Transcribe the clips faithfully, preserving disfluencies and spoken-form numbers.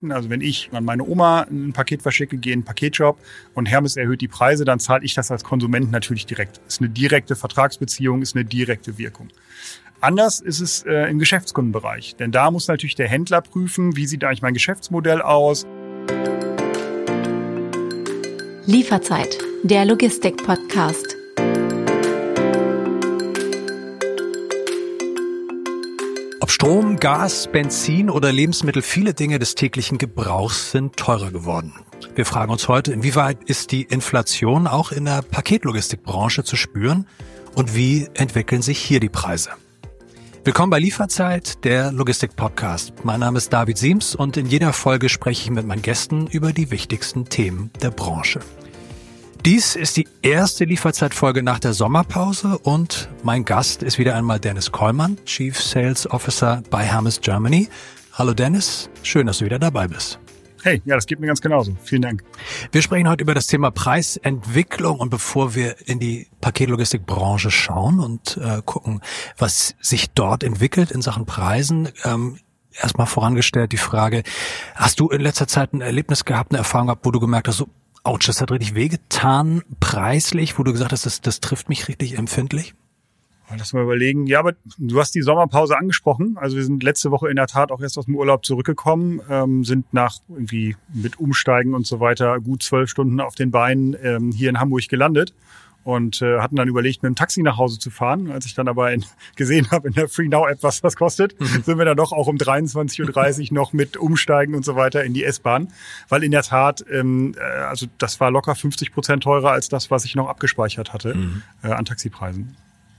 Also wenn ich an meine Oma ein Paket verschicke, gehe in einen Paketshop und Hermes erhöht die Preise, dann zahle ich das als Konsument natürlich direkt. Ist eine direkte Vertragsbeziehung, ist eine direkte Wirkung. Anders ist es äh, im Geschäftskundenbereich. Denn da muss natürlich der Händler prüfen, wie sieht eigentlich mein Geschäftsmodell aus. Lieferzeit, der Logistik-Podcast. Ob Strom, Gas, Benzin oder Lebensmittel, viele Dinge des täglichen Gebrauchs sind teurer geworden. Wir fragen uns heute, inwieweit ist die Inflation auch in der Paketlogistikbranche zu spüren und wie entwickeln sich hier die Preise? Willkommen bei Lieferzeit, der Logistik-Podcast. Mein Name ist David Siems und in jeder Folge spreche ich mit meinen Gästen über die wichtigsten Themen der Branche. Dies ist die erste Lieferzeitfolge nach der Sommerpause und mein Gast ist wieder einmal Dennis Kollmann, Chief Sales Officer bei Hermes Germany. Hallo Dennis, schön, dass du wieder dabei bist. Hey, ja, das geht mir ganz genauso. Vielen Dank. Wir sprechen heute über das Thema Preisentwicklung und bevor wir in die Paketlogistikbranche schauen und äh, gucken, was sich dort entwickelt in Sachen Preisen, ähm, erstmal vorangestellt die Frage, hast du in letzter Zeit ein Erlebnis gehabt, eine Erfahrung gehabt, wo du gemerkt hast, so, ouch, das hat richtig wehgetan, preislich, wo du gesagt hast, das, das trifft mich richtig empfindlich? Lass mal überlegen. Ja, aber du hast die Sommerpause angesprochen. Also wir sind letzte Woche in der Tat auch erst aus dem Urlaub zurückgekommen, ähm, sind nach irgendwie mit Umsteigen und so weiter gut zwölf Stunden auf den Beinen ähm, hier in Hamburg gelandet und äh, hatten dann überlegt, mit dem Taxi nach Hause zu fahren. Als ich dann aber in, gesehen habe in der FreeNow-App, was das kostet, mhm. sind wir dann doch auch um dreiundzwanzig Uhr dreißig noch mit Umsteigen und so weiter in die S-Bahn. Weil in der Tat, ähm, also das war locker fünfzig Prozent teurer als das, was ich noch abgespeichert hatte mhm. äh, an Taxipreisen.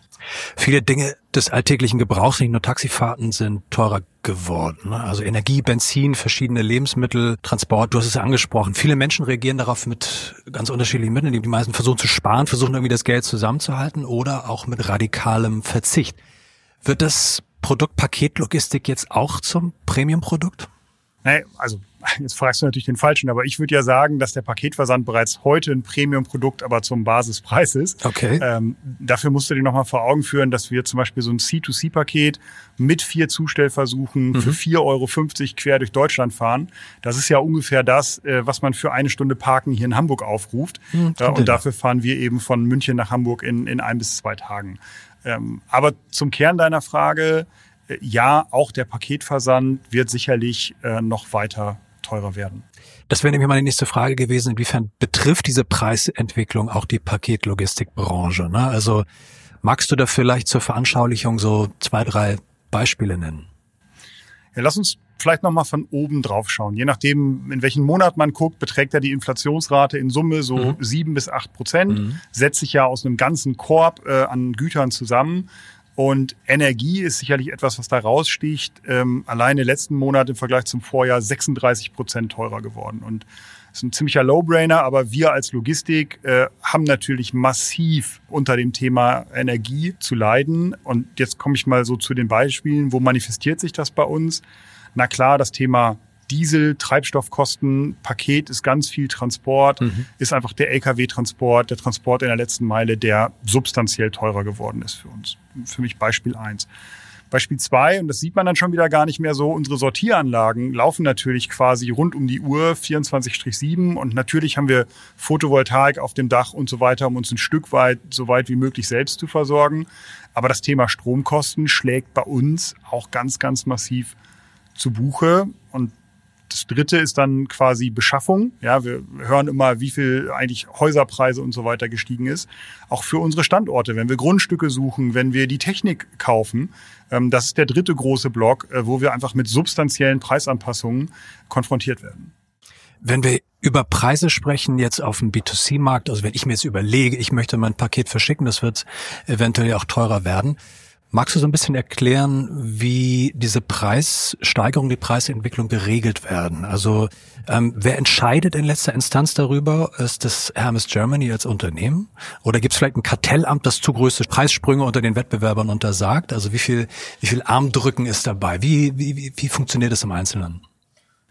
Viele Dinge des alltäglichen Gebrauchs, nicht nur Taxifahrten, sind teurer geworden. Also Energie, Benzin, verschiedene Lebensmittel, Transport, du hast es ja angesprochen. Viele Menschen reagieren darauf mit ganz unterschiedlichen Mitteln. Die meisten versuchen zu sparen, versuchen irgendwie das Geld zusammenzuhalten oder auch mit radikalem Verzicht. Wird das Produkt Paketlogistik jetzt auch zum Premium-Produkt? Nee, also jetzt fragst du natürlich den Falschen, aber ich würde ja sagen, dass der Paketversand bereits heute ein Premium-Produkt, aber zum Basispreis ist. Okay. Ähm, dafür musst du dir nochmal vor Augen führen, dass wir zum Beispiel so ein C to C-Paket mit vier Zustellversuchen mhm. für vier Euro fünfzig quer durch Deutschland fahren. Das ist ja ungefähr das, äh, was man für eine Stunde Parken hier in Hamburg aufruft. Mhm, äh, und dafür fahren wir eben von München nach Hamburg in, in ein bis zwei Tagen. Ähm, aber zum Kern deiner Frage, äh, ja, auch der Paketversand wird sicherlich äh, noch weiter teurer werden. Das wäre nämlich meine nächste Frage gewesen, inwiefern betrifft diese Preisentwicklung auch die Paketlogistikbranche? Ne? Also magst du da vielleicht zur Veranschaulichung so zwei, drei Beispiele nennen? Ja, lass uns vielleicht nochmal von oben drauf schauen. Je nachdem, in welchen Monat man guckt, beträgt ja die Inflationsrate in Summe so mhm. sieben bis acht Prozent. Mhm. Setzt sich ja aus einem ganzen Korb äh, an Gütern zusammen. Und Energie ist sicherlich etwas, was da raussticht. Ähm, alleine letzten Monat im Vergleich zum Vorjahr sechsunddreißig Prozent teurer geworden. Und das ist ein ziemlicher No-Brainer, aber wir als Logistik äh, haben natürlich massiv unter dem Thema Energie zu leiden. Und jetzt komme ich mal so zu den Beispielen. Wo manifestiert sich das bei uns? Na klar, das Thema Diesel, Treibstoffkosten, Paket ist ganz viel Transport, mhm. ist einfach der L K W-Transport, der Transport in der letzten Meile, der substanziell teurer geworden ist für uns. Für mich Beispiel eins. Beispiel zwei, und das sieht man dann schon wieder gar nicht mehr so, unsere Sortieranlagen laufen natürlich quasi rund um die Uhr vierundzwanzig sieben und natürlich haben wir Photovoltaik auf dem Dach und so weiter, um uns ein Stück weit, so weit wie möglich selbst zu versorgen. Aber das Thema Stromkosten schlägt bei uns auch ganz, ganz massiv zu Buche. Und das dritte ist dann quasi Beschaffung. Ja, wir hören immer, wie viel eigentlich Häuserpreise und so weiter gestiegen ist. Auch für unsere Standorte, wenn wir Grundstücke suchen, wenn wir die Technik kaufen. Ähm, das ist der dritte große Block, äh, wo wir einfach mit substanziellen Preisanpassungen konfrontiert werden. Wenn wir über Preise sprechen, jetzt auf dem B zwei C-Markt, also wenn ich mir jetzt überlege, ich möchte mein Paket verschicken, das wird eventuell auch teurer werden. Magst du so ein bisschen erklären, wie diese Preissteigerung, die Preisentwicklung geregelt werden? Also ähm, wer entscheidet in letzter Instanz darüber? Ist das Hermes Germany als Unternehmen? Oder gibt es vielleicht ein Kartellamt, das zu größte Preissprünge unter den Wettbewerbern untersagt? Also wie viel wie viel Armdrücken ist dabei? Wie wie wie, wie funktioniert das im Einzelnen?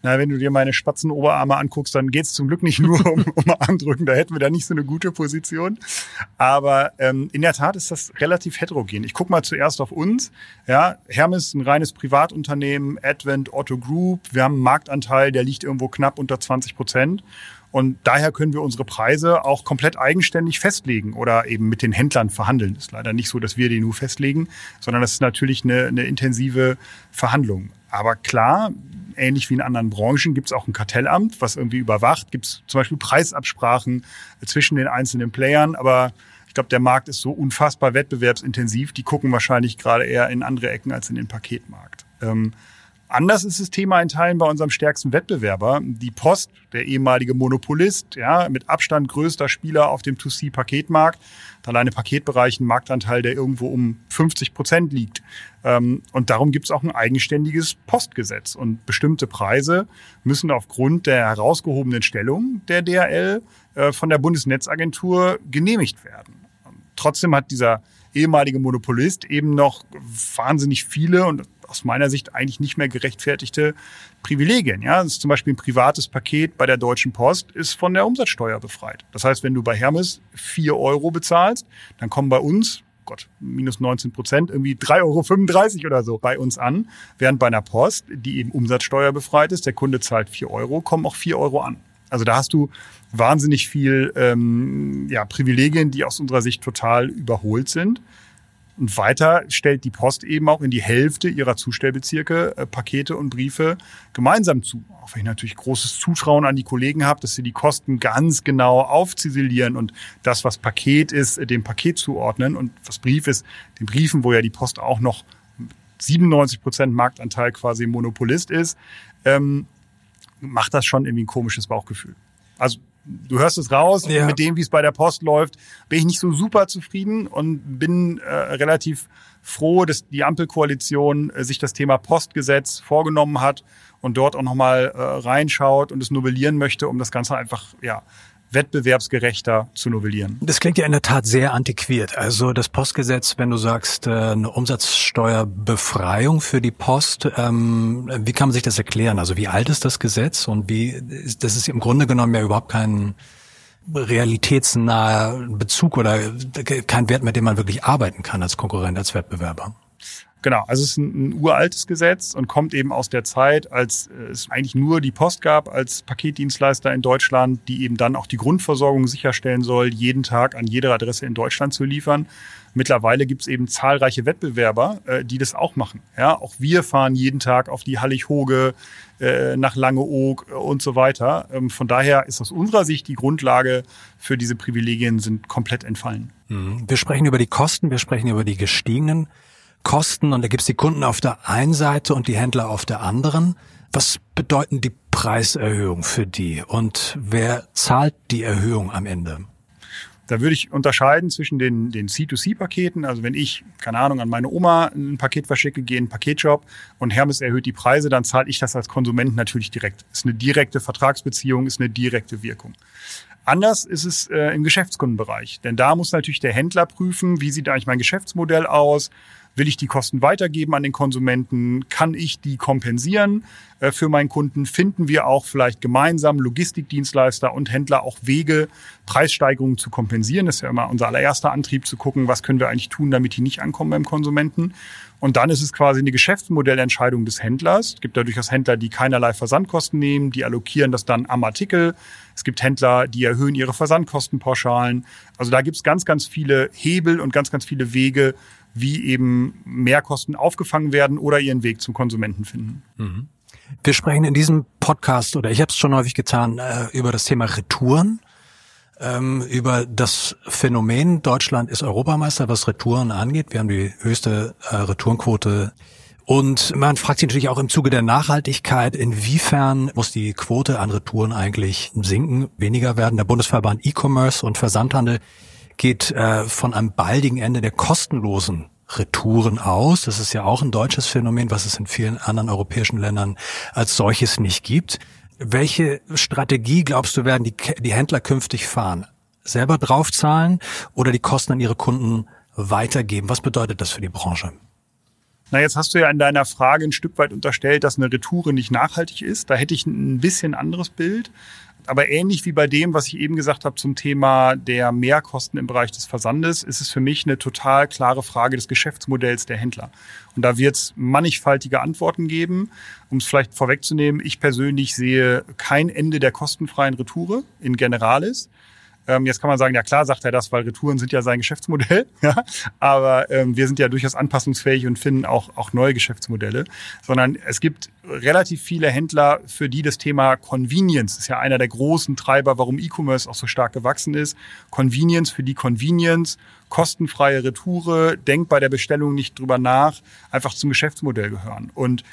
Na, wenn du dir meine Spatzenoberarme anguckst, dann geht's zum Glück nicht nur um, um Armdrücken, da hätten wir da nicht so eine gute Position. Aber ähm, in der Tat ist das relativ heterogen. Ich gucke mal zuerst auf uns. Ja, Hermes, ein reines Privatunternehmen, Advent, Otto Group. Wir haben einen Marktanteil, der liegt irgendwo knapp unter zwanzig Prozent. Und daher können wir unsere Preise auch komplett eigenständig festlegen oder eben mit den Händlern verhandeln. Das ist leider nicht so, dass wir die nur festlegen, sondern das ist natürlich eine, eine intensive Verhandlung. Aber klar, ähnlich wie in anderen Branchen gibt es auch ein Kartellamt, was irgendwie überwacht. Gibt es zum Beispiel Preisabsprachen zwischen den einzelnen Playern. Aber ich glaube, der Markt ist so unfassbar wettbewerbsintensiv. Die gucken wahrscheinlich gerade eher in andere Ecken als in den Paketmarkt. Ähm, Anders ist das Thema in Teilen bei unserem stärksten Wettbewerber. Die Post, der ehemalige Monopolist, ja, mit Abstand größter Spieler auf dem zwei C-Paketmarkt, hat alleine Paketbereich einen Marktanteil, der irgendwo um fünfzig Prozent liegt. Und darum gibt es auch ein eigenständiges Postgesetz. Und bestimmte Preise müssen aufgrund der herausgehobenen Stellung der D H L von der Bundesnetzagentur genehmigt werden. Trotzdem hat dieser ehemalige Monopolist eben noch wahnsinnig viele und aus meiner Sicht eigentlich nicht mehr gerechtfertigte Privilegien. Ja, das ist zum Beispiel ein privates Paket bei der Deutschen Post ist von der Umsatzsteuer befreit. Das heißt, wenn du bei Hermes vier Euro bezahlst, dann kommen bei uns, Gott, minus neunzehn Prozent, irgendwie drei Euro fünfunddreißig oder so bei uns an. Während bei einer Post, die eben Umsatzsteuer befreit ist, der Kunde zahlt vier Euro, kommen auch vier Euro an. Also da hast du wahnsinnig viel ähm, ja, Privilegien, die aus unserer Sicht total überholt sind. Und weiter stellt die Post eben auch in die Hälfte ihrer Zustellbezirke äh, Pakete und Briefe gemeinsam zu. Auch wenn ich natürlich großes Zutrauen an die Kollegen habe, dass sie die Kosten ganz genau aufziselieren und das, was Paket ist, dem Paket zuordnen und was Brief ist, den Briefen, wo ja die Post auch noch siebenundneunzig Prozent Marktanteil quasi Monopolist ist, ähm, macht das schon irgendwie ein komisches Bauchgefühl. Also du hörst es raus, ja. Mit dem, wie es bei der Post läuft, bin ich nicht so super zufrieden und bin äh, relativ froh, dass die Ampelkoalition äh, sich das Thema Postgesetz vorgenommen hat und dort auch nochmal äh, reinschaut und es novellieren möchte, um das Ganze einfach ja wettbewerbsgerechter zu novellieren. Das klingt ja in der Tat sehr antiquiert. Also das Postgesetz, wenn du sagst, eine Umsatzsteuerbefreiung für die Post, ähm, wie kann man sich das erklären? Also wie alt ist das Gesetz und wie, das ist im Grunde genommen ja überhaupt kein realitätsnaher Bezug oder kein Wert, mit dem man wirklich arbeiten kann als Konkurrent, als Wettbewerber. Genau, also es ist ein, ein uraltes Gesetz und kommt eben aus der Zeit, als es eigentlich nur die Post gab als Paketdienstleister in Deutschland, die eben dann auch die Grundversorgung sicherstellen soll, jeden Tag an jeder Adresse in Deutschland zu liefern. Mittlerweile gibt es eben zahlreiche Wettbewerber, äh, die das auch machen. Ja, auch wir fahren jeden Tag auf die Hallig-Hoge, äh, nach Langeoog äh, und so weiter. Ähm, von daher ist aus unserer Sicht die Grundlage für diese Privilegien sind komplett entfallen. Wir sprechen über die Kosten, wir sprechen über die gestiegenen Kosten und da gibt's die Kunden auf der einen Seite und die Händler auf der anderen. Was bedeuten die Preiserhöhungen für die und wer zahlt die Erhöhung am Ende? Da würde ich unterscheiden zwischen den, den C zwei C-Paketen. Also wenn ich, keine Ahnung, an meine Oma ein Paket verschicke, gehe in einen Paketshop und Hermes erhöht die Preise, dann zahle ich das als Konsument natürlich direkt. Ist eine direkte Vertragsbeziehung, ist eine direkte Wirkung. Anders ist es äh, im Geschäftskundenbereich. Denn da muss natürlich der Händler prüfen, wie sieht eigentlich mein Geschäftsmodell aus? Will ich die Kosten weitergeben an den Konsumenten? Kann ich die kompensieren äh, für meinen Kunden? Finden wir auch vielleicht gemeinsam Logistikdienstleister und Händler auch Wege, Preissteigerungen zu kompensieren? Das ist ja immer unser allererster Antrieb, zu gucken, was können wir eigentlich tun, damit die nicht ankommen beim Konsumenten. Und dann ist es quasi eine Geschäftsmodellentscheidung des Händlers. Es gibt da durchaus Händler, die keinerlei Versandkosten nehmen, die allokieren das dann am Artikel. Es gibt Händler, die erhöhen ihre Versandkostenpauschalen. Also da gibt es ganz, ganz viele Hebel und ganz, ganz viele Wege, wie eben Mehrkosten aufgefangen werden oder ihren Weg zum Konsumenten finden. Mhm. Wir sprechen in diesem Podcast, oder ich habe es schon häufig getan, äh, über das Thema Retouren, ähm, über das Phänomen, Deutschland ist Europameister, was Retouren angeht. Wir haben die höchste äh, Retourenquote. Und man fragt sich natürlich auch im Zuge der Nachhaltigkeit, inwiefern muss die Quote an Retouren eigentlich sinken, weniger werden. Der Bundesverband E-Commerce und Versandhandel geht äh, von einem baldigen Ende der kostenlosen Retouren aus. Das ist ja auch ein deutsches Phänomen, was es in vielen anderen europäischen Ländern als solches nicht gibt. Welche Strategie, glaubst du, werden die, die Händler künftig fahren? Selber draufzahlen oder die Kosten an ihre Kunden weitergeben? Was bedeutet das für die Branche? Na, jetzt hast du ja in deiner Frage ein Stück weit unterstellt, dass eine Retoure nicht nachhaltig ist. Da hätte ich ein bisschen anderes Bild. Aber ähnlich wie bei dem, was ich eben gesagt habe zum Thema der Mehrkosten im Bereich des Versandes, ist es für mich eine total klare Frage des Geschäftsmodells der Händler. Und da wird es mannigfaltige Antworten geben. Um es vielleicht vorwegzunehmen, ich persönlich sehe kein Ende der kostenfreien Retoure in Generalis. Ähm, jetzt kann man sagen, ja klar, sagt er das, weil Retouren sind ja sein Geschäftsmodell. Ja? Aber ähm, wir sind ja durchaus anpassungsfähig und finden auch, auch neue Geschäftsmodelle. Sondern es gibt relativ viele Händler, für die das Thema Convenience ist ja einer der großen Treiber, warum E-Commerce auch so stark gewachsen ist. Convenience für die Convenience, kostenfreie Retoure, denk bei der Bestellung nicht drüber nach, einfach zum Geschäftsmodell gehören. Und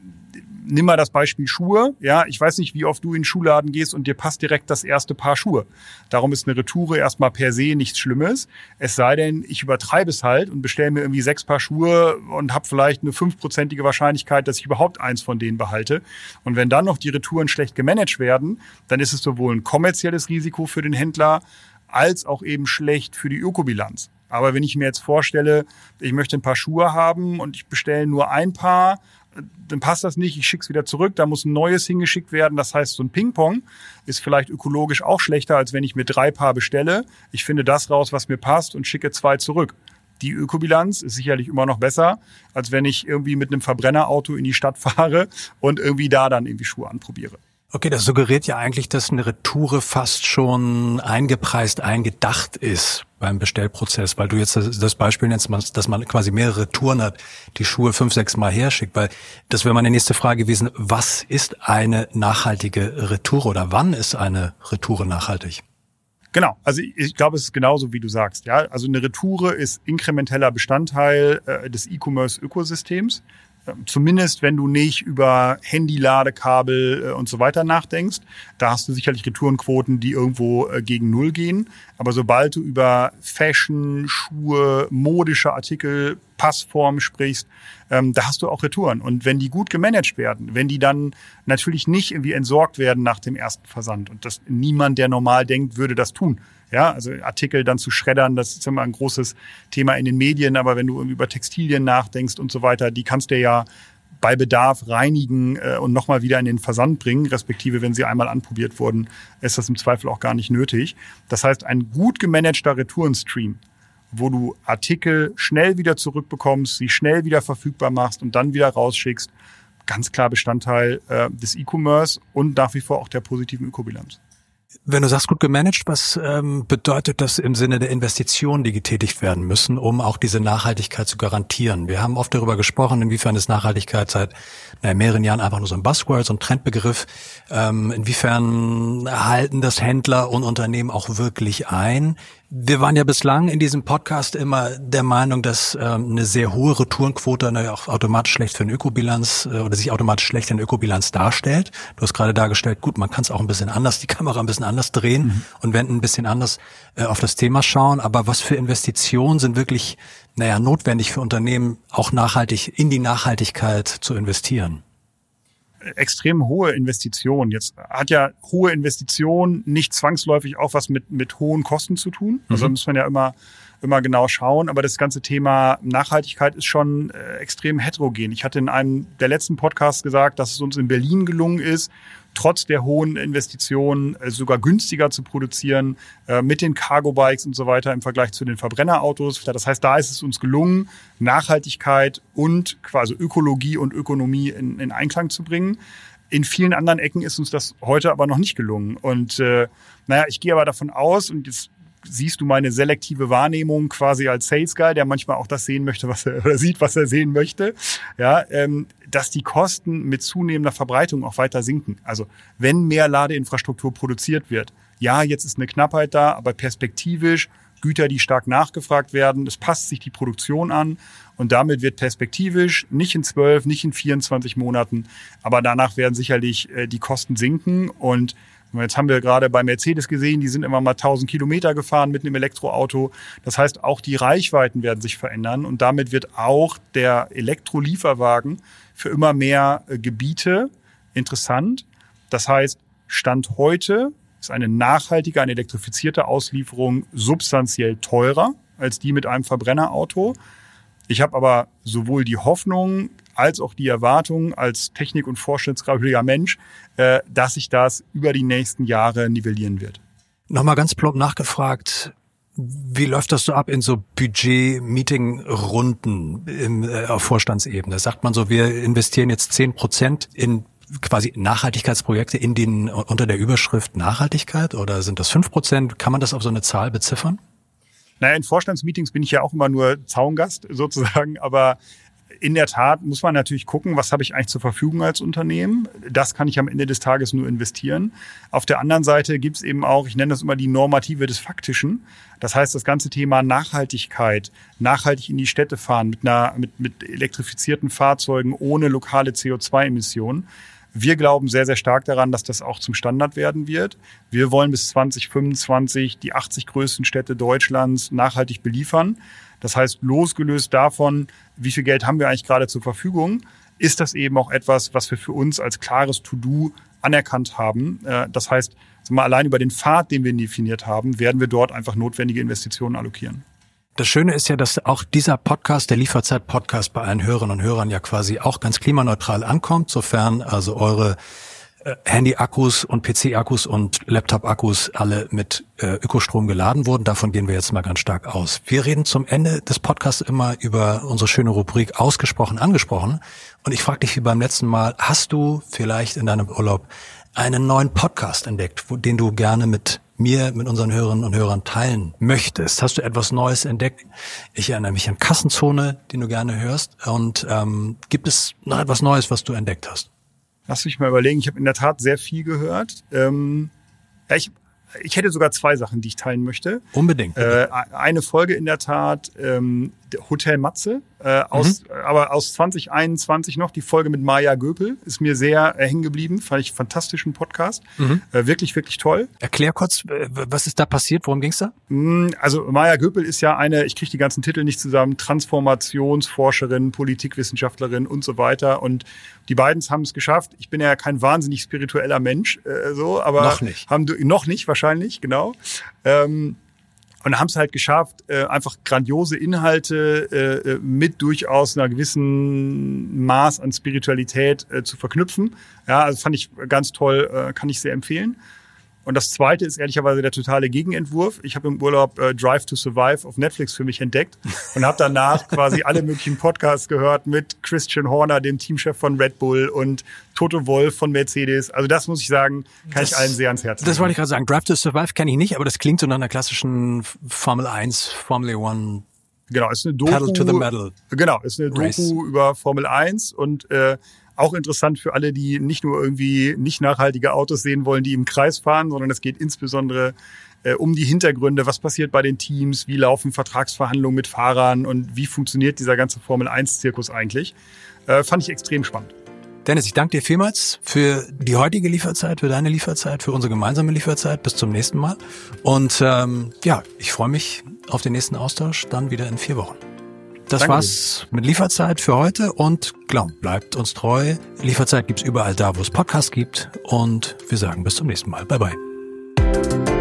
nimm mal das Beispiel Schuhe. Ja, ich weiß nicht, wie oft du in den Schuhladen gehst und dir passt direkt das erste Paar Schuhe. Darum ist eine Retoure erstmal per se nichts Schlimmes. Es sei denn, ich übertreibe es halt und bestelle mir irgendwie sechs Paar Schuhe und habe vielleicht eine fünfprozentige Wahrscheinlichkeit, dass ich überhaupt eins von denen behalte. Und wenn dann noch die Retouren schlecht gemanagt werden, dann ist es sowohl ein kommerzielles Risiko für den Händler als auch eben schlecht für die Ökobilanz. Aber wenn ich mir jetzt vorstelle, ich möchte ein paar Schuhe haben und ich bestelle nur ein Paar, dann passt das nicht, ich schicke es wieder zurück, da muss ein neues hingeschickt werden. Das heißt, so ein Ping-Pong ist vielleicht ökologisch auch schlechter, als wenn ich mir drei Paar bestelle. Ich finde das raus, was mir passt und schicke zwei zurück. Die Ökobilanz ist sicherlich immer noch besser, als wenn ich irgendwie mit einem Verbrennerauto in die Stadt fahre und irgendwie da dann irgendwie Schuhe anprobiere. Okay, das suggeriert ja eigentlich, dass eine Retoure fast schon eingepreist, eingedacht ist beim Bestellprozess, weil du jetzt das, das Beispiel nennst, dass man quasi mehrere Retouren hat, die Schuhe fünf, sechs Mal herschickt, weil das wäre meine nächste Frage gewesen, was ist eine nachhaltige Retoure oder wann ist eine Retoure nachhaltig? Genau, also ich, ich glaube, es ist genauso, wie du sagst. Ja, also eine Retoure ist inkrementeller Bestandteil äh, des E-Commerce-Ökosystems. Zumindest, wenn du nicht über Handy-Ladekabel und so weiter nachdenkst. Da hast du sicherlich Retourenquoten, die irgendwo gegen Null gehen. Aber sobald du über Fashion, Schuhe, modische Artikel, Passform sprichst, ähm, da hast du auch Retouren. Und wenn die gut gemanagt werden, wenn die dann natürlich nicht irgendwie entsorgt werden nach dem ersten Versand und das niemand, der normal denkt, würde das tun. Ja, also Artikel dann zu schreddern, das ist immer ein großes Thema in den Medien. Aber wenn du über Textilien nachdenkst und so weiter, die kannst du ja bei Bedarf reinigen äh, und nochmal wieder in den Versand bringen. Respektive, wenn sie einmal anprobiert wurden, ist das im Zweifel auch gar nicht nötig. Das heißt, ein gut gemanagter Retourenstream, wo du Artikel schnell wieder zurückbekommst, sie schnell wieder verfügbar machst und dann wieder rausschickst, ganz klar Bestandteil äh, des E-Commerce und nach wie vor auch der positiven Ökobilanz. Wenn du sagst, gut gemanagt, was ähm, bedeutet das im Sinne der Investitionen, die getätigt werden müssen, um auch diese Nachhaltigkeit zu garantieren? Wir haben oft darüber gesprochen, inwiefern ist Nachhaltigkeit seit na, mehreren Jahren einfach nur so ein Buzzword, so ein Trendbegriff. Ähm, inwiefern halten das Händler und Unternehmen auch wirklich ein? Wir waren ja bislang in diesem Podcast immer der Meinung, dass ähm, eine sehr hohe Retourenquote ne, auch automatisch schlecht für eine Ökobilanz äh, oder sich automatisch schlecht in der Ökobilanz darstellt. Du hast gerade dargestellt, gut, man kann es auch ein bisschen anders, die Kamera ein bisschen anders drehen mhm. und wenn ein bisschen anders äh, auf das Thema schauen. Aber was für Investitionen sind wirklich, naja, notwendig für Unternehmen, auch nachhaltig in die Nachhaltigkeit zu investieren? Extrem hohe Investitionen. Jetzt hat ja hohe Investitionen nicht zwangsläufig auch was mit mit hohen Kosten zu tun. Also mhm. muss man ja immer immer genau schauen. Aber das ganze Thema Nachhaltigkeit ist schon äh, extrem heterogen. Ich hatte in einem der letzten Podcasts gesagt, dass es uns in Berlin gelungen ist, trotz der hohen Investitionen äh, sogar günstiger zu produzieren äh, mit den Cargo-Bikes und so weiter im Vergleich zu den Verbrennerautos. Das heißt, da ist es uns gelungen, Nachhaltigkeit und quasi Ökologie und Ökonomie in, in Einklang zu bringen. In vielen anderen Ecken ist uns das heute aber noch nicht gelungen. Und äh, naja, ich gehe aber davon aus, und jetzt siehst du meine selektive Wahrnehmung quasi als Sales Guy, der manchmal auch das sehen möchte, was er oder sieht, was er sehen möchte, ja, ähm, dass die Kosten mit zunehmender Verbreitung auch weiter sinken. Also wenn mehr Ladeinfrastruktur produziert wird, ja, jetzt ist eine Knappheit da, aber perspektivisch Güter, die stark nachgefragt werden, es passt sich die Produktion an und damit wird perspektivisch nicht in zwölf, nicht in vierundzwanzig Monaten, aber danach werden sicherlich äh, die Kosten sinken. Und jetzt haben wir gerade bei Mercedes gesehen, die sind immer mal tausend Kilometer gefahren mit einem Elektroauto. Das heißt, auch die Reichweiten werden sich verändern und damit wird auch der Elektrolieferwagen für immer mehr äh, Gebiete interessant. Das heißt, Stand heute ist eine nachhaltige, eine elektrifizierte Auslieferung substanziell teurer als die mit einem Verbrennerauto. Ich habe aber sowohl die Hoffnung als auch die Erwartung als technik- und fortschrittsgläubiger Mensch, äh, dass sich das über die nächsten Jahre nivellieren wird. Nochmal ganz plump nachgefragt, wie läuft das so ab in so Budget-Meeting-Runden im, äh, auf Vorstandsebene? Sagt man so, wir investieren jetzt zehn Prozent in quasi Nachhaltigkeitsprojekte in den, unter der Überschrift Nachhaltigkeit oder sind das fünf Prozent? Kann man das auf so eine Zahl beziffern? Naja, in Vorstandsmeetings bin ich ja auch immer nur Zaungast sozusagen, aber in der Tat muss man natürlich gucken, was habe ich eigentlich zur Verfügung als Unternehmen. Das kann ich am Ende des Tages nur investieren. Auf der anderen Seite gibt es eben auch, ich nenne das immer die Normative des Faktischen. Das heißt, das ganze Thema Nachhaltigkeit, nachhaltig in die Städte fahren mit, einer, mit, mit elektrifizierten Fahrzeugen ohne lokale C O zwei Emissionen. Wir glauben sehr, sehr stark daran, dass das auch zum Standard werden wird. Wir wollen bis zwanzig fünfundzwanzig die achtzig größten Städte Deutschlands nachhaltig beliefern. Das heißt, losgelöst davon, wie viel Geld haben wir eigentlich gerade zur Verfügung, ist das eben auch etwas, was wir für uns als klares To-Do anerkannt haben. Das heißt, mal allein über den Pfad, den wir definiert haben, werden wir dort einfach notwendige Investitionen allokieren. Das Schöne ist ja, dass auch dieser Podcast, der Lieferzeit-Podcast, bei allen Hörerinnen und Hörern ja quasi auch ganz klimaneutral ankommt, sofern also eure äh, Handy-Akkus und P C-Akkus und Laptop-Akkus alle mit äh, Ökostrom geladen wurden. Davon gehen wir jetzt mal ganz stark aus. Wir reden zum Ende des Podcasts immer über unsere schöne Rubrik Ausgesprochen angesprochen. Und ich frage dich wie beim letzten Mal, hast du vielleicht in deinem Urlaub einen neuen Podcast entdeckt, wo, den du gerne mit mir, mit unseren Hörerinnen und Hörern teilen möchtest? Hast du etwas Neues entdeckt? Ich erinnere mich an Kassenzone, den du gerne hörst. Und ähm, gibt es noch etwas Neues, was du entdeckt hast? Lass mich mal überlegen. Ich habe in der Tat sehr viel gehört. Ähm, ja, ich, ich hätte sogar zwei Sachen, die ich teilen möchte. Unbedingt. Äh, eine Folge in der Tat, ähm, Hotel Matze, äh, aus, mhm. aber aus zwanzig einundzwanzig noch, die Folge mit Maja Göpel, ist mir sehr äh, hängen geblieben, fand ich einen fantastischen Podcast, mhm. äh, wirklich, wirklich toll. Erklär kurz, was ist da passiert, worum ging's da? Also Maja Göpel ist ja eine, ich kriege die ganzen Titel nicht zusammen, Transformationsforscherin, Politikwissenschaftlerin und so weiter, und die beiden haben es geschafft. Ich bin ja kein wahnsinnig spiritueller Mensch, äh, so, aber noch nicht. Haben noch nicht wahrscheinlich, genau. Ähm, Und haben es halt geschafft, äh, einfach grandiose Inhalte äh, mit durchaus einer gewissen Maß an Spiritualität äh, zu verknüpfen. Ja, also fand ich ganz toll, äh, kann ich sehr empfehlen. Und das Zweite ist ehrlicherweise der totale Gegenentwurf. Ich habe im Urlaub äh, Drive to Survive auf Netflix für mich entdeckt und habe danach quasi alle möglichen Podcasts gehört mit Christian Horner, dem Teamchef von Red Bull, und Toto Wolff von Mercedes. Also das muss ich sagen, kann das, ich allen sehr ans Herz legen. Das wollte ich gerade sagen. Drive to Survive kenne ich nicht, aber das klingt so nach einer klassischen Formel eins, Formel eins. Genau, ist eine Doku. Pedal to the Metal. Genau, ist eine Race. Doku über Formel eins und äh, auch interessant für alle, die nicht nur irgendwie nicht nachhaltige Autos sehen wollen, die im Kreis fahren, sondern es geht insbesondere äh, um die Hintergründe. Was passiert bei den Teams? Wie laufen Vertragsverhandlungen mit Fahrern? Und wie funktioniert dieser ganze Formel eins Zirkus eigentlich? Äh, fand ich extrem spannend. Dennis, ich danke dir vielmals für die heutige Lieferzeit, für deine Lieferzeit, für unsere gemeinsame Lieferzeit. Bis zum nächsten Mal. Und ähm, ja, ich freue mich auf den nächsten Austausch, dann wieder in vier Wochen. Das Danke war's dir. Mit Lieferzeit für heute, und glaubt, bleibt uns treu. Lieferzeit gibt's überall da, wo es Podcasts gibt, und wir sagen bis zum nächsten Mal. Bye bye.